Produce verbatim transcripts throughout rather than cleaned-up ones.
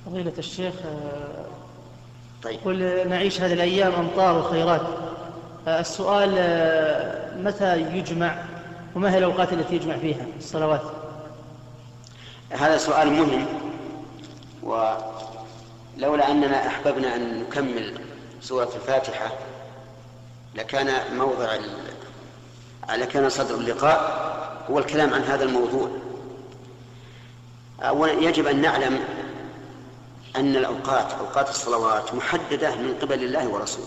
فضيلة الشيخ، آه، طيب. قل نعيش هذه الأيام أمطار وخيرات. آه، السؤال آه، متى يجمع وما هي الأوقات التي يجمع فيها الصلوات؟ هذا سؤال مهم، ولولا أننا أحببنا أن نكمل سورة الفاتحة لكان موضع ال... لكان صدر اللقاء هو الكلام عن هذا الموضوع. أولا يجب أن نعلم أن الأوقات أوقات الصلوات محددة من قبل الله ورسوله.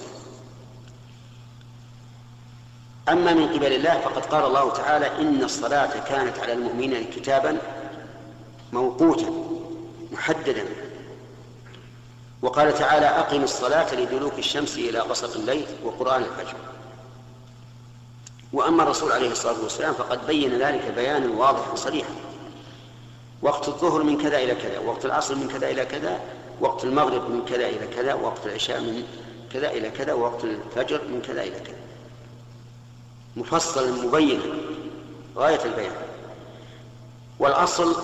أما من قبل الله فقد قال الله تعالى: إن الصلاة كانت على المؤمنين كتابا موقوتا محددا. وقال تعالى: أقم الصلاة لدلوك الشمس إلى غسق الليل وقرآن الفجر. وأما الرسول عليه الصلاة والسلام فقد بين ذلك بيانا واضحا صريحا: وقت الظهر من كذا إلى كذا، وقت العصر من كذا إلى كذا، وقت المغرب من كذا إلى كذا، وقت العشاء من كذا إلى كذا، ووقت الفجر من كذا إلى كذا، مفصلا مبينا غاية البيان. والأصل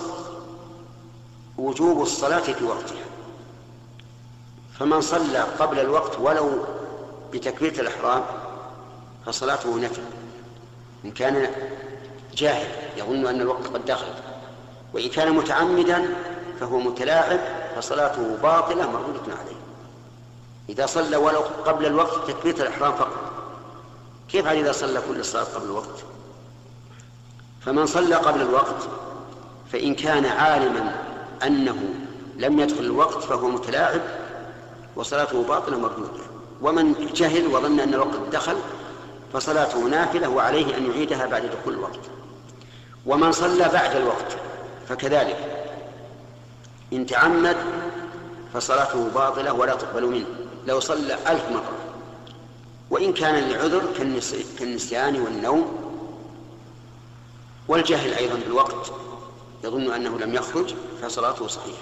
وجوب الصلاة في وقتها، فمن صلى قبل الوقت ولو بتكبيرة الإحرام فصلاته نفل، إن كان جاهل يظن أن الوقت قد دخل. وإن كان متعمدا فهو متلاعب فصلاته باطلة مردودة عليه. إذا صلى ولو قبل الوقت تكبيرة الإحرام فقط، كيف عليه إذا صلى كل الصلاة قبل الوقت؟ فمن صلى قبل الوقت فإن كان عالما أنه لم يدخل الوقت فهو متلاعب وصلاته باطلة مردودة. ومن جهل وظن أن الوقت دخل فصلاته نافلة وعليه أن يعيدها بعد دخول الوقت. ومن صلى بعد الوقت فكذلك إن تعمد فصلاته باطلة ولا تقبل منه لو صلى ألف مرة. وإن كان لعذر كالنسيان والنوم والجهل أيضا بالوقت يظن أنه لم يخرج فصلاته صحيحة.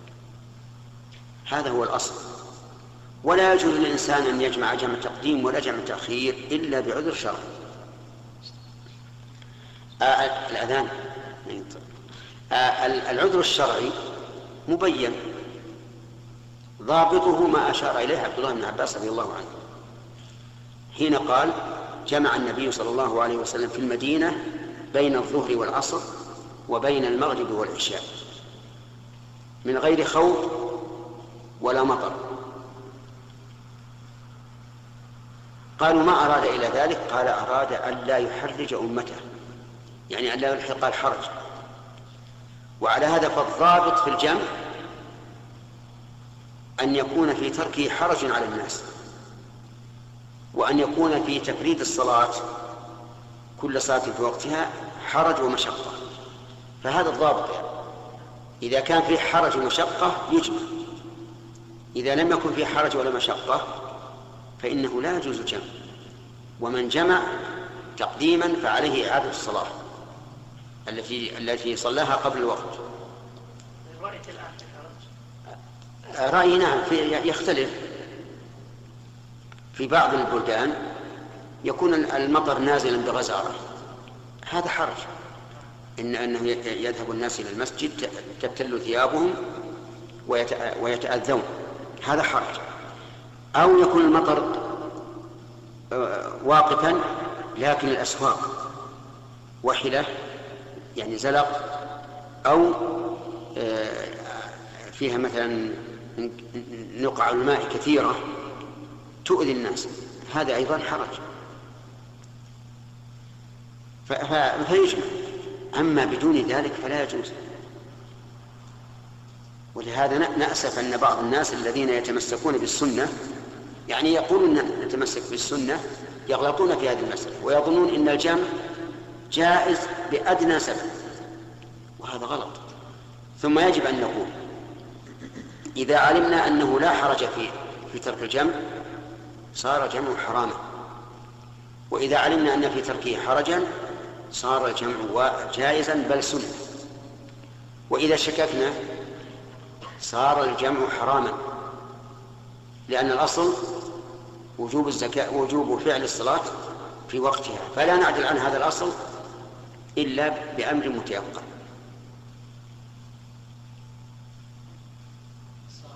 هذا هو الأصل. ولا يجوز للإنسان أن يجمع جمع تقديم ولا جمع تأخير إلا بعذر شرعي. آه الأذان آه العذر الشرعي مبين ضابطه ما أشار إليه عبد الله بن عباس رضي الله عنه حين قال: جمع النبي صلى الله عليه وسلم في المدينة بين الظهر والعصر وبين المغرب والعشاء من غير خوف ولا مطر. قالوا: ما أراد إلى ذلك؟ قال: أراد أن لا يحرج أمته، يعني أن لا يلحق الحرج. وعلى هذا فالضابط في الجمع أن يكون في تركه حرج على الناس، وأن يكون في تفريد الصلاة كل صلاة في وقتها حرج ومشقة. فهذا الضابط، إذا كان فيه حرج ومشقة يجمع، إذا لم يكن فيه حرج ولا مشقة فإنه لا يجوز الجمع. ومن جمع تقديما فعليه إعادة الصلاة التي التي صلاها قبل الوقت. رأي نعم يختلف. في بعض البلدان يكون المطر نازلا بغزارة، هذا حرج، إن أنه يذهب الناس إلى المسجد تبتل ثيابهم ويتأذون، هذا حرج. أو يكون المطر واقفا لكن الأسواق وحلة يعني زلق، أو فيها مثلا نقع الماء كثيرة تؤذي الناس، هذا أيضا حرج فيجمع. أما بدون ذلك فلا يجوز. ولهذا نأسف أن بعض الناس الذين يتمسكون بالسنة، يعني يقولون نتمسك بالسنة، يغلطون في هذه المسألة ويظنون إن الجمع جائز بأدنى سبب، وهذا غلط. ثم يجب أن نقول: إذا علمنا أنه لا حرج فيه في ترك الجمع صار الجمع حراما، وإذا علمنا أن في تركه حرجا صار الجمع جائزا بل سنة. وإذا شككنا صار الجمع حراما، لأن الأصل وجوب الزكاة وجوب فعل الصلاة في وقتها، فلا نعدل عن هذا الأصل إلا بأمر متيقن.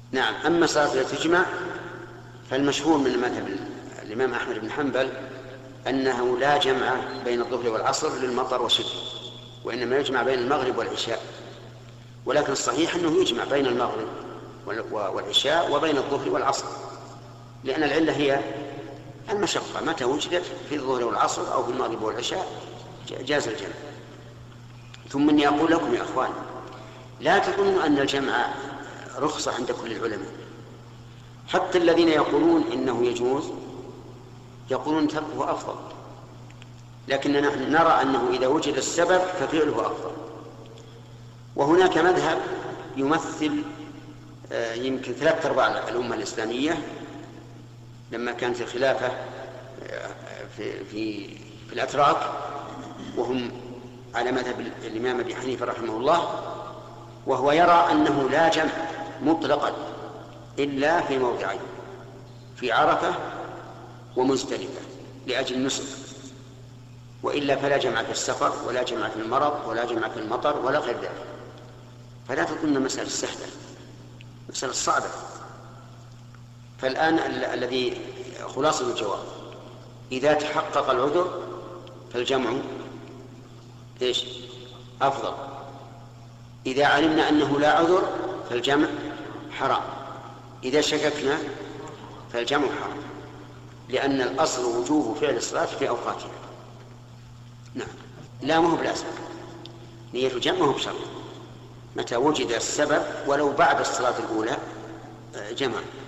نعم. أما الصلاة التي تجمع فالمشهور من مذهب الإمام أحمد بن حنبل أنه لا جمع بين الظهر والعصر للمطر والشتاء، وإنما يجمع بين المغرب والعشاء. ولكن الصحيح أنه يجمع بين المغرب والعشاء وبين الظهر والعصر، لأن العلة هي المشقة، متى وجدت في الظهر والعصر أو في المغرب والعشاء جاز الجمع. ثم إني أقول لكم يا أخوان، لا تظنوا أن الجمع رخصة عند كل العلماء، حتى الذين يقولون إنه يجوز يقولون تركه أفضل، لكننا نحن نرى أنه إذا وجد السبب ففعله أفضل. وهناك مذهب يمثل يمكن ثلاثة أرباع الأمة الإسلامية لما كانت الخلافة في, في, في الأتراك، وهم على مذهب الإمام أبي حنيفة رحمه الله، وهو يرى أنه لا جمع مطلقا إلا في موضعين، في عرفة ومزدلفة لأجل النسك، وإلا فلا جمع في السفر ولا جمع في المرض ولا جمع في المطر ولا غير ذلك. فلا تظن مسألة سهلة، مسألة صعبة. فالآن الذي خلاصة الجواب، إذا تحقق العذر فالجمع إيش أفضل، إذا علمنا أنه لا عذر فالجمع حرام، إذا شككنا فالجمع حرام، لأن الأصل وجوب فعل الصلاة في أوقاتها. نعم. لا مهو بلازم، نية الجمع مهو بشرط، متى وجد السبب ولو بعد الصلاة الأولى جمع.